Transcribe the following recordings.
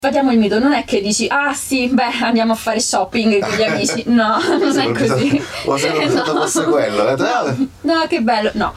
Sfatiamo il mito, non è che dici ah sì, beh, andiamo a fare shopping con gli amici. No, non è così. Ho sempre pensato fosse quello. No, che bello, no.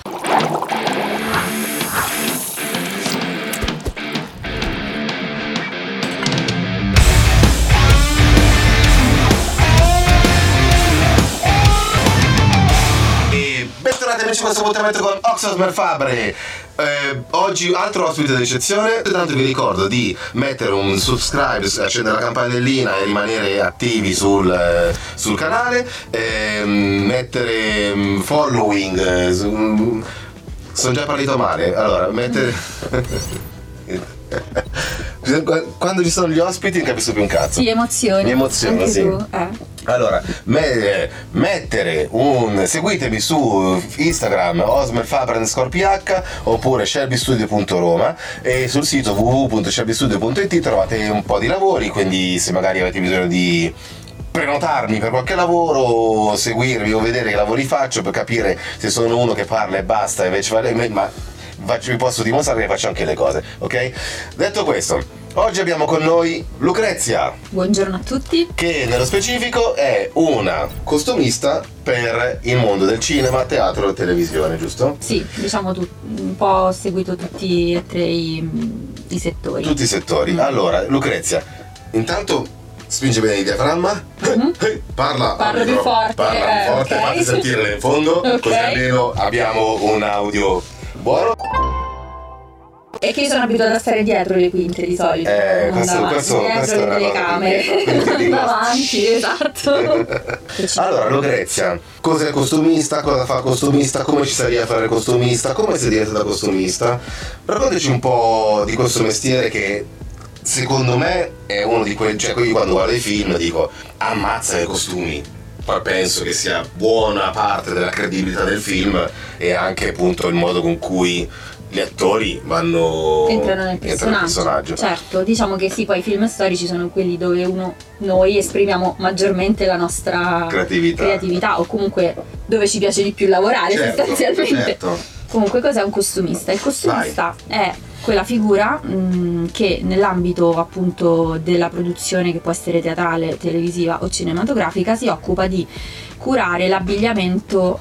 Bentornati amici a questo appuntamento con Osmer Fabre. Oggi altro ospite d'eccezione. Tanto vi ricordo di mettere un subscribe, accendere la campanellina e rimanere attivi sul canale, mettere following, sono già partito male. Allora, mettere quando ci sono gli ospiti non capisco più un cazzo. Sì, emozioni. Mi emoziono, anche sì. Tu, Allora, seguitemi su Instagram osmerfabre_ph oppure shelbystudio.roma e sul sito www.shelbystudio.it trovate un po' di lavori, quindi se magari avete bisogno di prenotarmi per qualche lavoro, seguirmi o vedere che lavori faccio per capire se sono uno che parla e basta, invece vi posso dimostrare che faccio anche le cose, ok? Detto questo, oggi abbiamo con noi Lucrezia. Buongiorno a tutti. Che nello specifico è una costumista per il mondo del cinema, teatro e televisione, giusto? Sì, diciamo un po' ho seguito tutti e tre i settori. Tutti i settori. Allora, Lucrezia, intanto spinge bene il diaframma, parla più forte, forte, okay. fatti sentire in fondo, Okay. Così almeno abbiamo un audio buono. E che io sono abituata a stare dietro le quinte di solito, non davanti, dietro le telecamere, davanti, esatto. Allora, Lucrezia, cos'è costumista? Cosa fa costumista? Come ci sei a fare costumista? Come sei diventata costumista? Raccontaci un po' di questo mestiere che secondo me è uno di quei, cioè io quando guardo i film dico ammazza i costumi. Poi penso che sia buona parte della credibilità del film e anche appunto il modo con cui gli attori entrano nel personaggio. Certo, diciamo che sì, poi i film storici sono quelli dove noi esprimiamo maggiormente la nostra creatività o comunque dove ci piace di più lavorare, sostanzialmente. Certo. Comunque cos'è un costumista? Il costumista è quella figura che nell'ambito appunto della produzione, che può essere teatrale, televisiva o cinematografica, si occupa di curare l'abbigliamento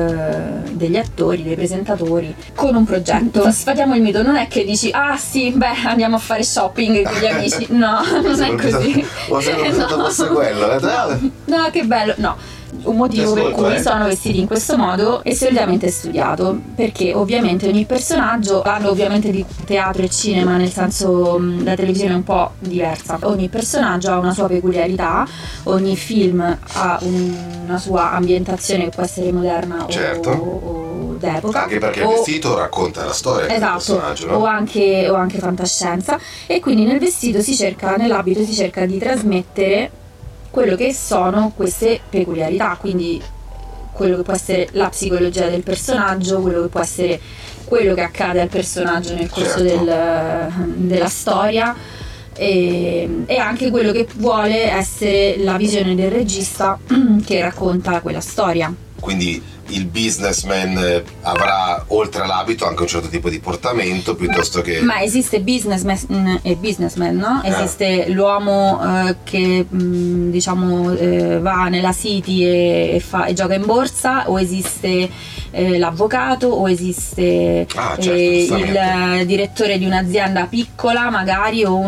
degli attori, dei presentatori con un progetto. Sfatiamo il mito, non è che dici ah sì, beh, andiamo a fare shopping con gli amici. No, non è così. Ho sempre pensato fosse quello. No, che bello, no. Un motivo per cui sono vestiti in questo modo è solitamente studiato, perché ovviamente ogni personaggio, parlo ovviamente di teatro e cinema, nel senso la televisione è un po' diversa, ogni personaggio ha una sua peculiarità, ogni film ha una sua ambientazione che può essere moderna o d'epoca, anche perché il vestito racconta la storia del personaggio, no? o anche fantascienza, e quindi nell'abito si cerca di trasmettere quello che sono queste peculiarità, quindi quello che può essere la psicologia del personaggio, quello che può essere quello che accade al personaggio nel corso della storia e anche quello che vuole essere la visione del regista che racconta quella storia. Quindi il businessman avrà oltre all'abito anche un certo tipo di portamento piuttosto che... Ma esiste businessman e businessman, no? Esiste l'uomo che diciamo va nella City e gioca in borsa, o esiste l'avvocato, o esiste il direttore di un'azienda piccola magari, o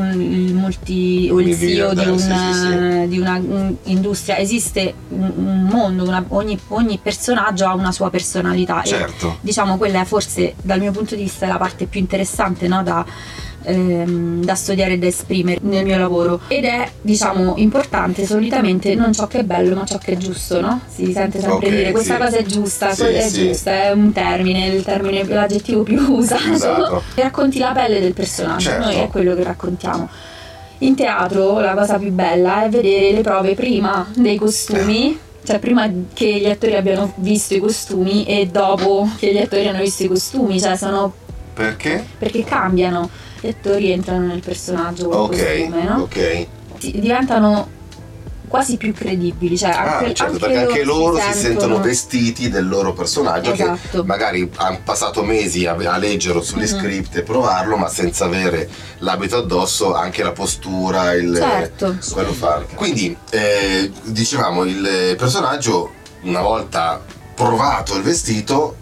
il CEO di una industria. Esiste un mondo, ogni personaggio ha una sua personalità, certo. E diciamo quella è forse dal mio punto di vista è la parte più interessante, no? Da studiare e da esprimere nel mio lavoro, ed è diciamo importante solitamente non ciò che è bello ma ciò che è giusto, no? Si sente sempre dire questa cosa è giusta, giusta, è un termine, l'aggettivo più usato. E racconti la pelle del personaggio, certo. Noi è quello che raccontiamo. In teatro la cosa più bella è vedere le prove prima dei costumi, cioè prima che gli attori abbiano visto i costumi e dopo che gli attori hanno visto i costumi, cioè sono... Perché? Perché cambiano, gli attori entrano nel personaggio con il costume, no? Ok. Diventano quasi più credibili, cioè certo, perché anche loro si sentono sentono vestiti del loro personaggio, esatto. che magari hanno passato mesi a leggerlo sugli script e provarlo, ma senza avere l'abito addosso, anche la postura, Certo. quello fa. Quindi dicevamo, il personaggio, una volta provato il vestito,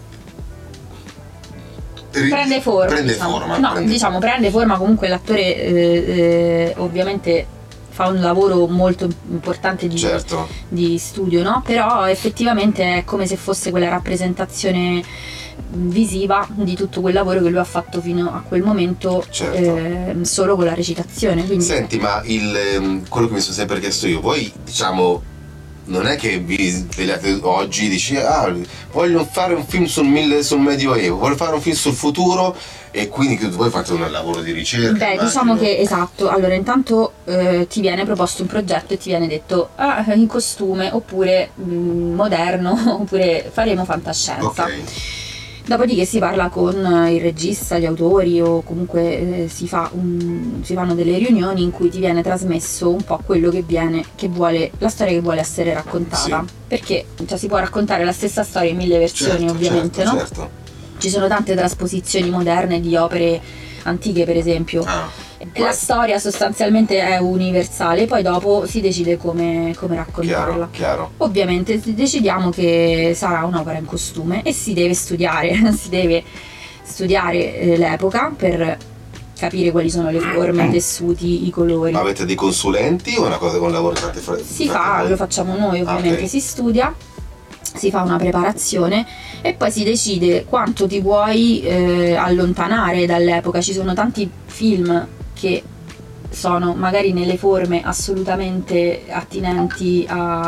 prende forma, prende forma. Comunque l'attore ovviamente fa un lavoro molto importante certo, di studio, no? Però effettivamente è come se fosse quella rappresentazione visiva di tutto quel lavoro che lui ha fatto fino a quel momento, certo, solo con la recitazione. Quindi... Senti, ma quello che mi sono sempre chiesto io, voi diciamo, non è che vi svegliate oggi e dici voglio fare un film sul Medioevo, voglio fare un film sul futuro, e quindi voi fate un lavoro di ricerca? Beh, diciamo che esatto, allora intanto ti viene proposto un progetto e ti viene detto in costume, oppure moderno, oppure faremo fantascienza. Okay. Dopodiché si parla con il regista, gli autori, o comunque si fanno delle riunioni in cui ti viene trasmesso un po' quello la storia che vuole essere raccontata. Sì. Perché si può raccontare la stessa storia in 1000 versioni, certo, ovviamente, certo, no? Certo. Ci sono tante trasposizioni moderne di opere antiche, per esempio. La storia sostanzialmente è universale, poi dopo si decide come raccontarla. Chiaro. Ovviamente decidiamo che sarà un'opera in costume e si deve studiare, l'epoca per capire quali sono le forme, i tessuti, i colori. Ma avete dei consulenti o è una cosa con lavoro lo facciamo noi, ovviamente. Okay. Si studia, si fa una preparazione e poi si decide quanto ti vuoi allontanare dall'epoca. Ci sono tanti film che sono magari nelle forme assolutamente attinenti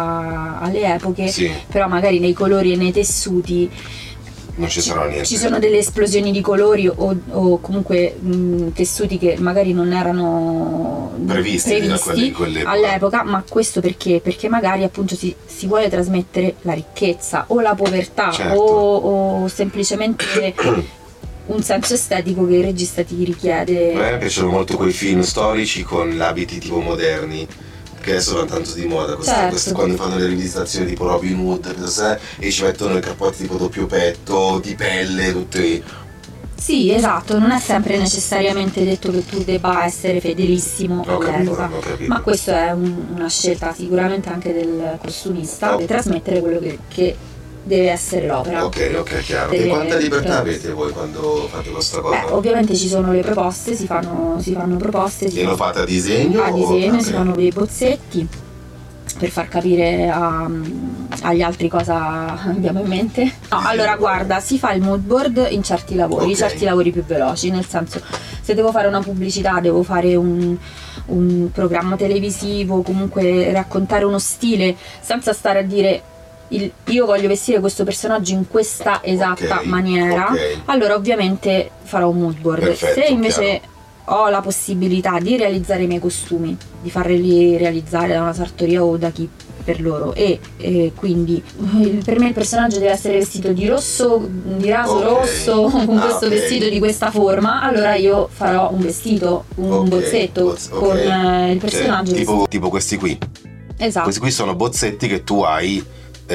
alle epoche, sì, però magari nei colori e nei tessuti non ci sarà niente. Ci sono delle esplosioni di colori o comunque tessuti che magari non erano previsti all'epoca, ma questo perché magari appunto si vuole trasmettere la ricchezza o la povertà, certo, o semplicemente un senso estetico che il regista ti richiede. A me piacciono molto quei film storici con abiti tipo moderni, che adesso vanno tanto di moda, quando fanno le rivisitazioni tipo Robin Hood e ci mettono i cappotti tipo doppio petto, di pelle, tutti. Sì, esatto, non è sempre necessariamente detto che tu debba essere fedelissimo all'epoca, ma questa è una scelta sicuramente anche del costumista, di trasmettere quello che deve essere l'opera. Ok, chiaro. E quanta libertà avete voi quando fate questa cosa? Ovviamente ci sono le proposte, si fanno proposte. E lo fate a disegno? Si fanno dei bozzetti per far capire agli altri cosa abbiamo in mente. No, allora guarda, si fa il mood board in certi lavori, certi lavori più veloci, nel senso, se devo fare una pubblicità, devo fare un programma televisivo, comunque raccontare uno stile senza stare a dire io voglio vestire questo personaggio in questa esatta maniera, allora ovviamente farò un mood board. Perfetto, se invece ho la possibilità di realizzare i miei costumi, di farli realizzare da una sartoria o da chi per loro, e quindi per me il personaggio deve essere vestito di rosso, di raso rosso, con questo vestito di questa forma, allora io farò un vestito, un bozzetto con il personaggio tipo questi qui. Esatto. Questi qui sono bozzetti che tu hai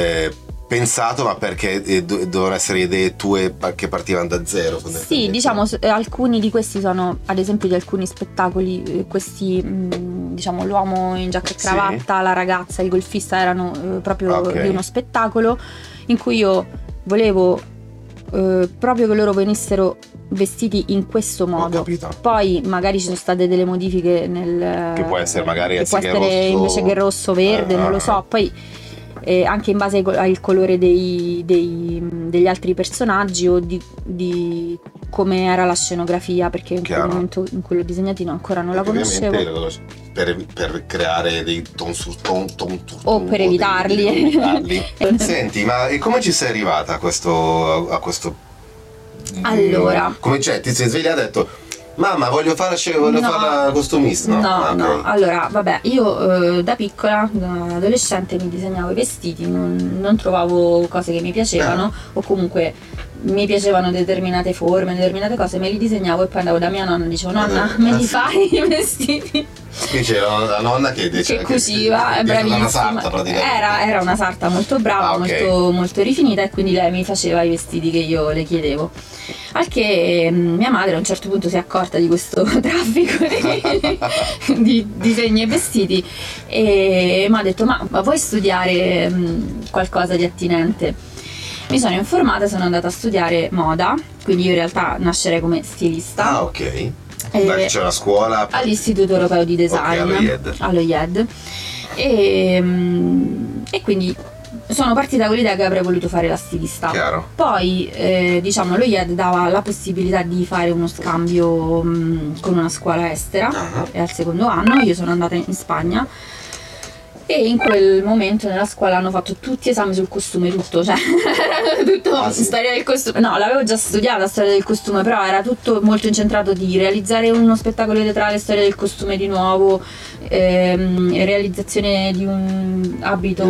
pensato, ma perché dovevano essere idee tue che partivano da zero? Sì, diciamo, alcuni di questi sono ad esempio di alcuni spettacoli, questi diciamo l'uomo in giacca e cravatta, la ragazza, il golfista, erano proprio di uno spettacolo in cui io volevo proprio che loro venissero vestiti in questo modo. Poi magari ci sono state delle modifiche che può essere magari invece che rosso, verde, non lo so, poi anche in base al colore degli altri personaggi o di come era la scenografia, perché in quel momento in quello disegnatino ancora non la conoscevo, per creare dei ton o per evitarli. Senti, ma e come ci sei arrivata a questo allora, come ti sei svegliata e hai detto mamma voglio fare la costumista? No, allora vabbè, io da piccola, da adolescente, mi disegnavo i vestiti, non trovavo cose che mi piacevano, o comunque mi piacevano determinate forme, determinate cose, me li disegnavo e poi andavo da mia nonna e dicevo nonna, me li fai i vestiti? Qui c'era la nonna che cuciva, è bravissima. Una sarta praticamente. Era una sarta molto brava, okay. molto rifinita, e quindi lei mi faceva i vestiti che io le chiedevo. Al che mia madre a un certo punto si è accorta di questo traffico di disegni e vestiti e mi ha detto: ma vuoi studiare qualcosa di attinente? Mi sono informata, sono andata a studiare moda, quindi io in realtà nascerei come stilista. Ah, ok. C'è una scuola all'Istituto Europeo di Design, okay, allo IED, e quindi sono partita con l'idea che avrei voluto fare la stilista. Chiaro. Poi diciamo lo IED dava la possibilità di fare uno scambio con una scuola estera, e al secondo anno io sono andata in Spagna. E in quel momento nella scuola hanno fatto tutti esami sul costume, tutto, cioè tutto sì. Storia del costume. No, l'avevo già studiata storia del costume, però era tutto molto incentrato di realizzare uno spettacolo teatrale, storia del costume di nuovo, realizzazione di un abito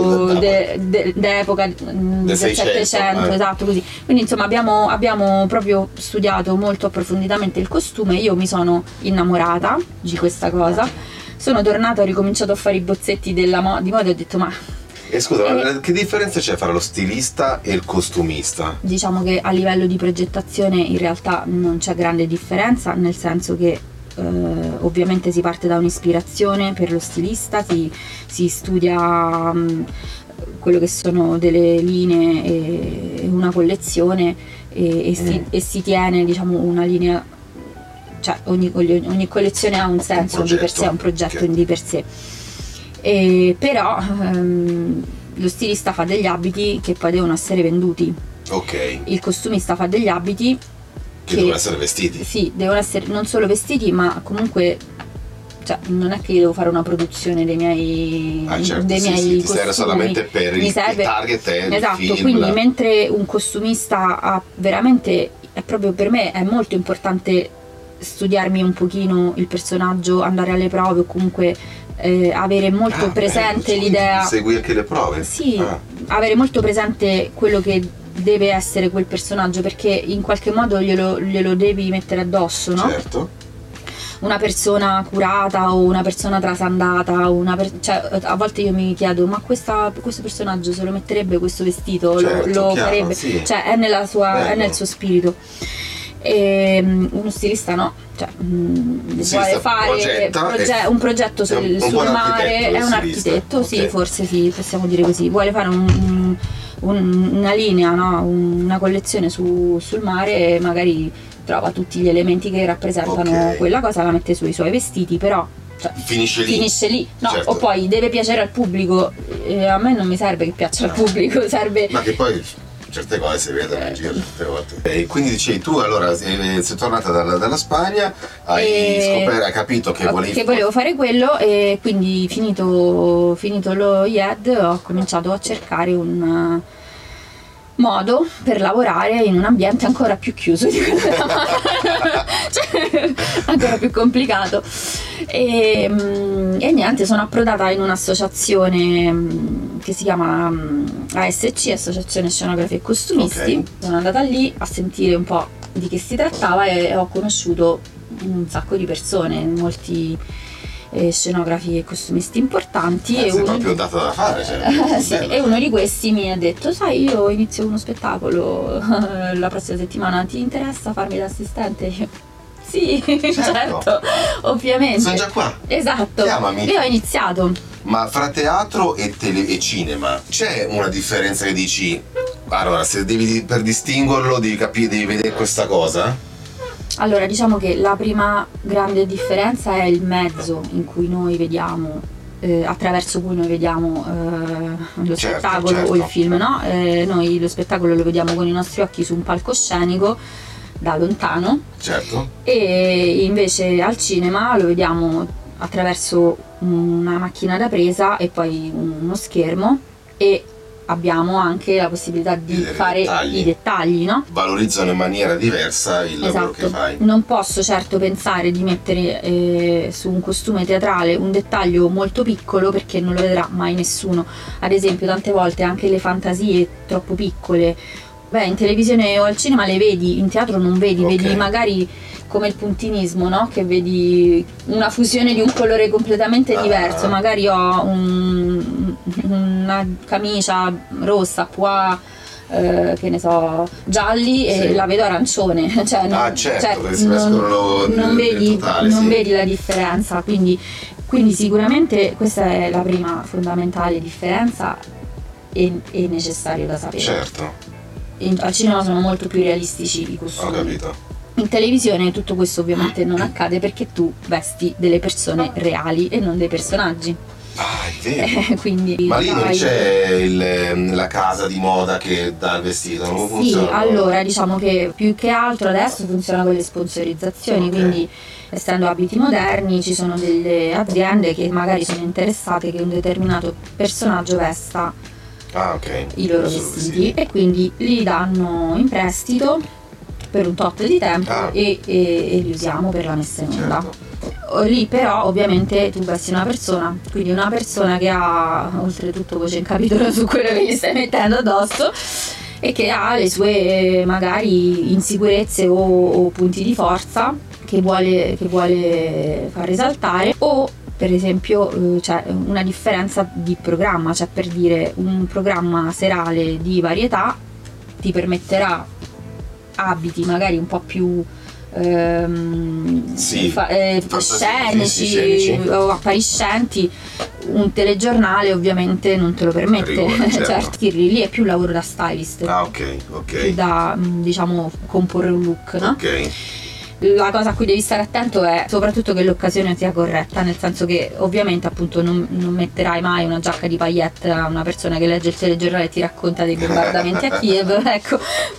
d'epoca del 700, esatto, così. Quindi insomma abbiamo proprio studiato molto approfonditamente il costume. Io mi sono innamorata di questa cosa. Sono tornata, ho ricominciato a fare i bozzetti di moda e ho detto: ma scusa, che differenza c'è fra lo stilista e il costumista? Diciamo che a livello di progettazione in realtà non c'è grande differenza, nel senso che ovviamente si parte da un'ispirazione per lo stilista, si studia quello che sono delle linee e una collezione e si tiene, diciamo, una linea. Cioè ogni collezione ha un senso di per sé, è un progetto di per sé. Però lo stilista fa degli abiti che poi devono essere venduti. Ok. Il costumista fa degli abiti che devono essere vestiti. Sì, devono essere non solo vestiti, ma comunque, cioè, non è che io devo fare una produzione dei miei certo, dei miei ti serve solamente per il target e esatto, il film. quindi mentre un costumista ha veramente, è proprio per me è molto importante studiarmi un pochino il personaggio, andare alle prove o comunque avere molto presente l'idea. Segui anche le prove? Sì, avere molto presente quello che deve essere quel personaggio, perché in qualche modo glielo devi mettere addosso, no? Certo. Una persona curata o una persona trasandata, cioè, a volte io mi chiedo: ma questo personaggio se lo metterebbe questo vestito, certo, lo chiaro, farebbe? Sì. Cioè è nel suo spirito. E uno stilista no, cioè vuole fare un progetto sul mare, è un architetto, okay. Sì, forse sì, possiamo dire così. Vuole fare una linea, no? Una collezione sul mare, e magari trova tutti gli elementi che rappresentano quella cosa, la mette sui suoi vestiti, però cioè, finisce lì. No, certo. O poi deve piacere al pubblico, a me non mi serve che piaccia al pubblico, serve. Ma che poi certe cose si vedono in giro certe volte. E quindi dicevi tu, allora sei tornata dalla Spagna, hai capito che volevo fare quello, e quindi finito lo IED ho cominciato a cercare un modo per lavorare in un ambiente ancora più chiuso di quello della mano, cioè, ancora più complicato, e niente, sono approdata in un'associazione che si chiama ASC, Associazione Scenografi e Costumisti. Okay. Sono andata lì a sentire un po' di che si trattava e ho conosciuto un sacco di persone, molti scenografi e costumisti importanti, sei proprio data da fare, cioè, sì, e uno di questi mi ha detto: sai, io inizio uno spettacolo la prossima settimana, ti interessa farmi l'assistente? Io, sì, certo, ovviamente. Sono già qua. Esatto. Chiamami. Io ho iniziato. Ma fra teatro e cinema c'è una differenza che dici? Allora, se per distinguerlo devi capire, devi vedere questa cosa? Allora, diciamo che la prima grande differenza è il mezzo in cui noi vediamo, attraverso cui noi vediamo lo spettacolo o il film, no? Noi lo spettacolo lo vediamo con i nostri occhi su un palcoscenico da lontano, certo. E invece al cinema lo vediamo attraverso una macchina da presa e poi uno schermo, e abbiamo anche la possibilità di fare i dettagli, no? Valorizzano in maniera diversa il lavoro che fai. Non posso certo pensare di mettere su un costume teatrale un dettaglio molto piccolo, perché non lo vedrà mai nessuno. Ad esempio, tante volte anche le fantasie troppo piccole Beh, in televisione o al cinema le vedi, in teatro non vedi, Ok. vedi magari come il puntinismo, no? Che vedi una fusione di un colore completamente diverso, magari ho una camicia rossa qua, che ne so, gialli e Sì. la vedo arancione, cioè, certo, che si mescolano non nel vedi, totale, non sì. vedi la differenza, quindi sicuramente questa è la prima fondamentale differenza e necessario da sapere. Certo, Al cinema sono molto più realistici i ho costumi. capito. In televisione tutto questo ovviamente non accade perché tu vesti delle persone reali e non dei personaggi. Ah, è vero. Quindi Ma lì non dai. c'è la casa di moda che dà il vestito, non Sì, funziona? allora diciamo che più che altro adesso funziona con le sponsorizzazioni, Ok. quindi essendo abiti moderni ci sono delle aziende che magari sono interessate che un determinato personaggio vesta Ah, ok. i loro Solo vestiti e quindi li danno in prestito per un tot di tempo Ah. e li usiamo per la messa in onda. Certo. Lì però ovviamente tu vesti una persona, quindi una persona che ha oltretutto voce in capitolo su quello che gli stai mettendo addosso e che ha le sue magari insicurezze o punti di forza che vuole far risaltare, o per esempio c'è una differenza di programma, cioè per dire un programma serale di varietà ti permetterà abiti magari un po' più Sì, scenici scenici. o appariscenti. Un telegiornale ovviamente non te lo permette. Rigore, certo. Certo, lì è più lavoro da stylist, Ah, ok, più ok. da diciamo comporre un look, no? Ok. La cosa a cui devi stare attento è soprattutto che l'occasione sia corretta, nel senso che ovviamente appunto non metterai mai una giacca di paillette a una persona che legge il telegiornale e ti racconta dei bombardamenti a Kiev, ecco.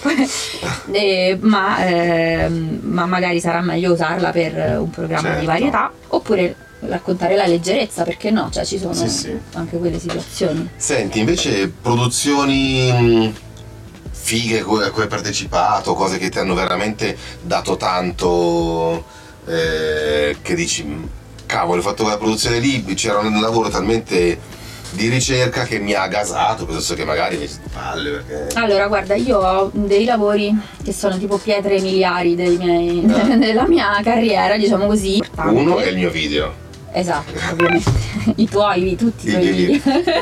Ma magari sarà meglio usarla per un programma Certo. di varietà, oppure raccontare la leggerezza, perché no? Cioè ci sono Sì. anche quelle situazioni. Senti, invece produzioni fighe a cui hai partecipato, cose che ti hanno veramente dato tanto, che dici, cavolo, ho fatto quella produzione lì, c'era un lavoro talmente di ricerca che mi ha gasato, piuttosto che magari mi palle, perché... Allora, guarda, io ho dei lavori che sono tipo pietre miliari della mia carriera, diciamo così. Uno è il mio video. Esatto, ovviamente. I tuoi, tutti i tuoi video.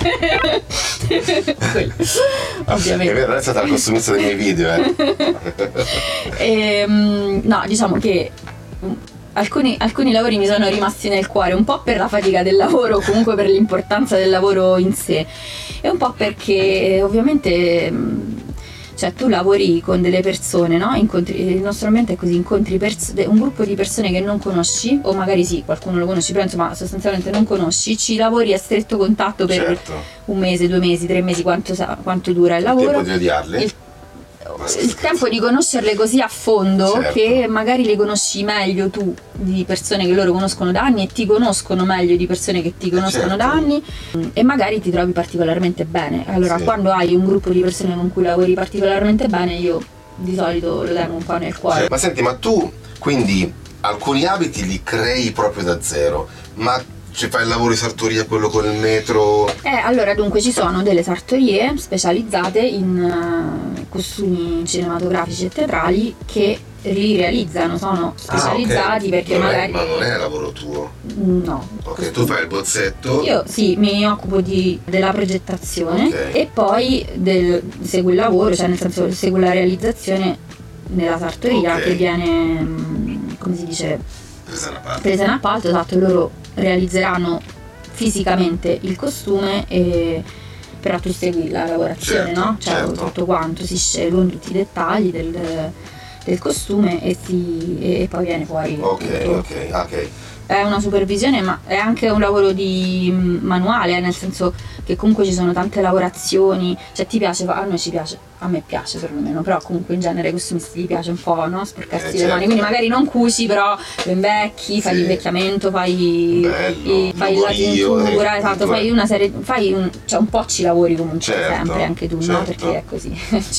Quello, È ovviamente. vero, è stata la costumista dei miei video, No, diciamo che alcuni lavori mi sono rimasti nel cuore, un po' per la fatica del lavoro, comunque per l'importanza del lavoro in sé, e un po' perché ovviamente cioè tu lavori con delle persone, no? Il nostro ambiente è così, incontri un gruppo di persone che non conosci, o magari sì, qualcuno lo conosci, però insomma sostanzialmente non conosci, ci lavori a stretto contatto per certo. un mese, 2 mesi, 3 mesi, quanto dura il lavoro. Il tempo di odiarle? Il tempo di conoscerle così a fondo, Certo. che magari le conosci meglio tu di persone che loro conoscono da anni e ti conoscono meglio di persone che ti conoscono certo. da anni, e magari ti trovi particolarmente bene. Allora Sì. quando hai un gruppo di persone con cui lavori particolarmente bene, io di solito lo tengo un po' nel cuore. Ma senti, ma tu quindi alcuni abiti li crei proprio da zero, ma ci fai il lavoro di sartoria, quello con il metro? Allora dunque ci sono delle sartorie specializzate in costumi cinematografici e teatrali che li realizzano, sono specializzati ok. perché magari... Ma non è lavoro tuo? No. Ok, tu fai il bozzetto? Io sì, mi occupo della progettazione, Ok. e poi seguo il lavoro, cioè nel senso seguo la realizzazione nella sartoria, Ok. che viene, come si dice, Presa una parte. presa in appalto. Esatto, loro realizzeranno fisicamente il costume, però tu segui la lavorazione, Certo, no? Cioè certo. tutto quanto, si scelgono tutti i dettagli del costume e poi viene fuori Ok, tutto. ok. È una supervisione, ma è anche un lavoro di manuale, nel senso che comunque ci sono tante lavorazioni, cioè ti piace, a noi ci piace, a me piace perlomeno, però comunque in genere ai costumisti gli piace un po', no? Sporcarsi le certo. mani, quindi magari non cuci, però lo invecchi, fai Sì. l'invecchiamento, fai Bello, la lavorio, tintura, esatto, fai una serie, cioè un po' ci lavori comunque Certo, sempre, anche tu, no? certo. Perché è così.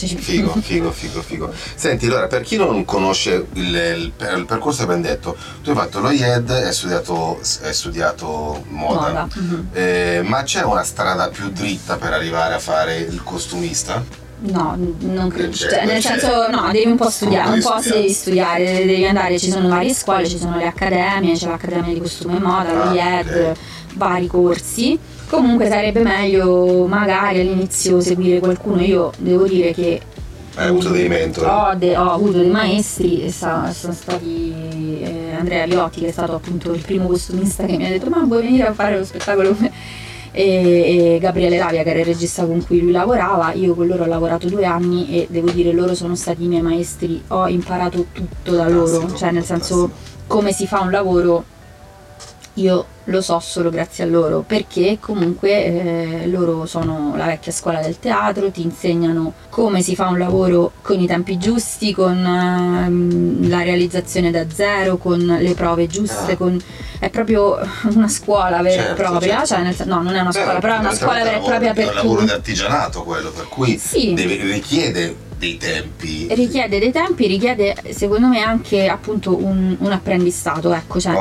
Figo. Senti, allora, per chi non conosce il percorso che abbiamo detto, tu hai fatto lo IED e hai studiato moda. Mhm. Ma c'è una strada più dritta per arrivare a fare il costumista? No, non credo, cioè, nel senso no, devi un po' studiare, un po' se devi studiare, devi andare, ci sono varie scuole, ci sono le accademie, c'è l'Accademia di Costume e Moda, l'IED, vari corsi. Comunque sarebbe meglio magari all'inizio seguire qualcuno. Io devo dire che hai avuto dei mentori? Ho avuto dei maestri e sono stati Andrea Viotti, che è stato appunto il primo costumista che mi ha detto ma vuoi venire a fare lo spettacolo? E Gabriele Lavia, che era il regista con cui lui lavorava. Io con loro ho lavorato 2 anni e devo dire loro sono stati i miei maestri, ho imparato tutto da loro, cioè nel senso come si fa un lavoro io lo so solo grazie a loro, perché comunque loro sono la vecchia scuola del teatro, ti insegnano come si fa un lavoro con i tempi giusti, con la realizzazione da zero, con le prove giuste, è proprio una scuola vera e propria, cioè no, non è una scuola, però è una scuola vera e propria per tutti. È un lavoro di artigianato quello, per cui richiede dei tempi. Richiede secondo me anche appunto un apprendistato, ecco, cioè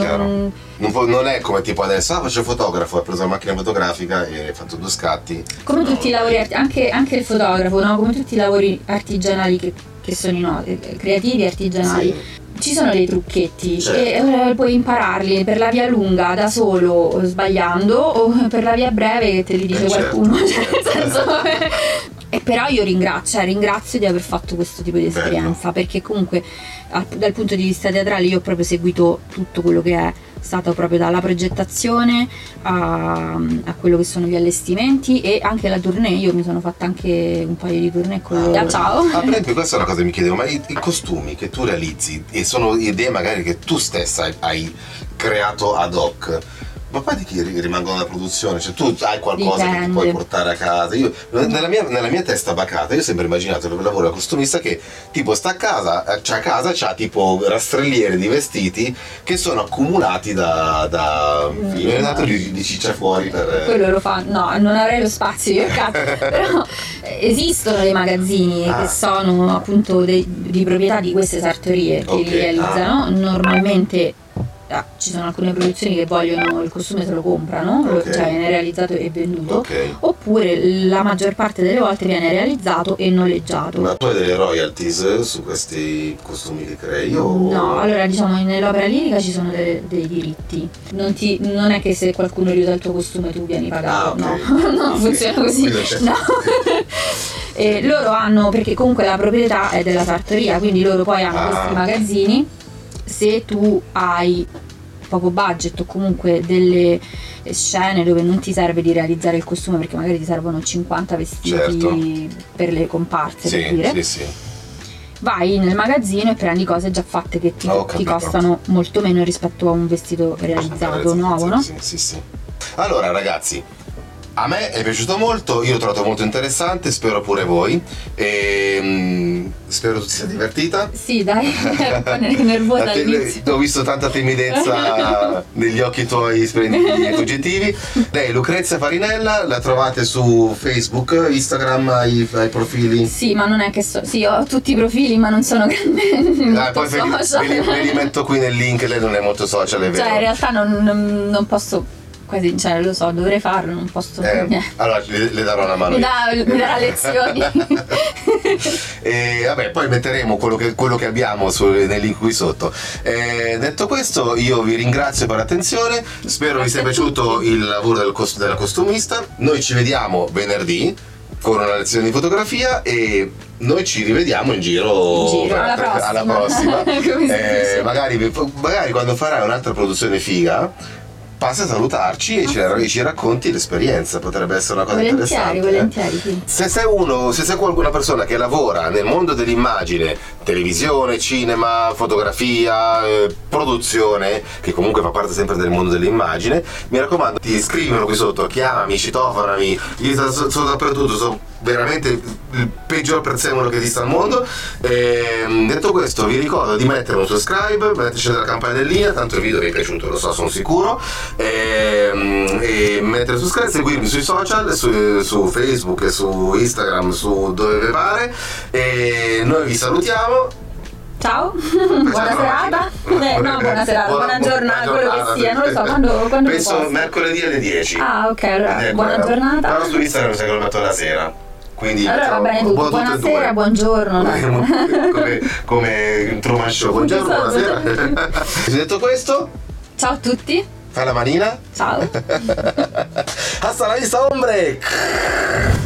non è come tipo adesso faccio il fotografo, ho preso la macchina fotografica e ho fatto 2 scatti. Come tutti i lavori, anche il fotografo, no? Come tutti i lavori artigianali che sono creativi e artigianali. Sì. Ci sono dei trucchetti e puoi impararli per la via lunga da solo sbagliando o per la via breve che te li dice qualcuno. Cioè, nel senso, e però io ringrazio di aver fatto questo tipo di esperienza, perché comunque dal punto di vista teatrale io ho proprio seguito tutto quello che è stato proprio dalla progettazione a quello che sono gli allestimenti e anche la tournée. Io mi sono fatta anche un paio di tournée con loro. Ciao! Per esempio questa è una cosa che mi chiedevo, ma i costumi che tu realizzi e sono idee magari che tu stessa hai creato ad hoc, ma poi di chi rimangono nella produzione? Cioè tu hai qualcosa che ti puoi portare a casa? Io nella mia testa bacata io ho sempre immaginato il lavoro da costumista che tipo sta a casa c'ha tipo rastrelliere di vestiti che sono accumulati da filo e dato di ciccia fuori per... Quello lo fa, no, non avrei lo spazio io cazzo, però esistono dei magazzini che sono appunto di proprietà di queste sartorie che li realizzano normalmente. Ci sono alcune produzioni che vogliono il costume, se lo comprano, cioè viene realizzato e venduto, oppure la maggior parte delle volte viene realizzato e noleggiato. Ma tu hai delle royalties su questi costumi che crei? No, allora diciamo nell'opera lirica ci sono dei diritti, non è che se qualcuno riusa il tuo costume tu vieni pagato, no, non funziona così, no. E loro hanno, perché comunque la proprietà è della sartoria, quindi loro poi hanno questi magazzini. Se tu hai poco budget o comunque delle scene dove non ti serve di realizzare il costume perché magari ti servono 50 vestiti per le comparse, per dire, vai nel magazzino e prendi cose già fatte che ti costano molto meno rispetto a un vestito realizzato nuovo, no? Sì. Allora ragazzi, a me è piaciuto molto, io l'ho trovato molto interessante, spero pure voi e spero tu ti sia divertita. Sì dai, un po' nervosa all'inizio. Ho visto tanta timidezza negli occhi tuoi fuggitivi. Lei Lucrezia Farinella, la trovate su Facebook, Instagram, hai profili? Sì, ma non è che sì, ho tutti i profili ma non sono poi ve li metto qui nel link, lei non è molto social, è vero? Cioè in realtà non posso quasi, cioè lo so, dovrei farlo, non posso allora le darò una mano, mi darà lezioni. E vabbè, poi metteremo quello che abbiamo nel link qui sotto. Detto questo, io vi ringrazio per l'attenzione, spero vi sia piaciuto il lavoro della costumista. Noi ci vediamo venerdì con una lezione di fotografia e noi ci rivediamo in giro alla prossima. Magari quando farai un'altra produzione figa passa a salutarci e ci racconti l'esperienza, potrebbe essere una cosa interessante. Volentieri, sì. Se sei qualcuna persona che lavora nel mondo dell'immagine, televisione, cinema, fotografia, produzione, che comunque fa parte sempre del mondo dell'immagine, mi raccomando, ti scrivimi qui sotto, chiamami, citofonami, io sono dappertutto, sono veramente il peggior prezzemolo che esista al mondo. Detto questo, vi ricordo di mettere un subscribe, metterci la campanellina, tanto il video vi è piaciuto, lo so, sono sicuro, e mettere subscribe, seguirmi sui social, su Facebook e su Instagram, su dove vi pare, e noi vi salutiamo. Ciao, buona serata. Buona serata, buona giornata, quello che sia, non lo so, quando penso mercoledì alle 10. Ok, allora buona giornata. Però su Instagram sai che lo metto la sera. Quindi allora va bene tutto, buonasera, buongiorno. Come Truman Show, buongiorno, Esatto. buonasera. Detto questo, Ciao a tutti. fai la manina. Ciao. Hasta la vista, hombre.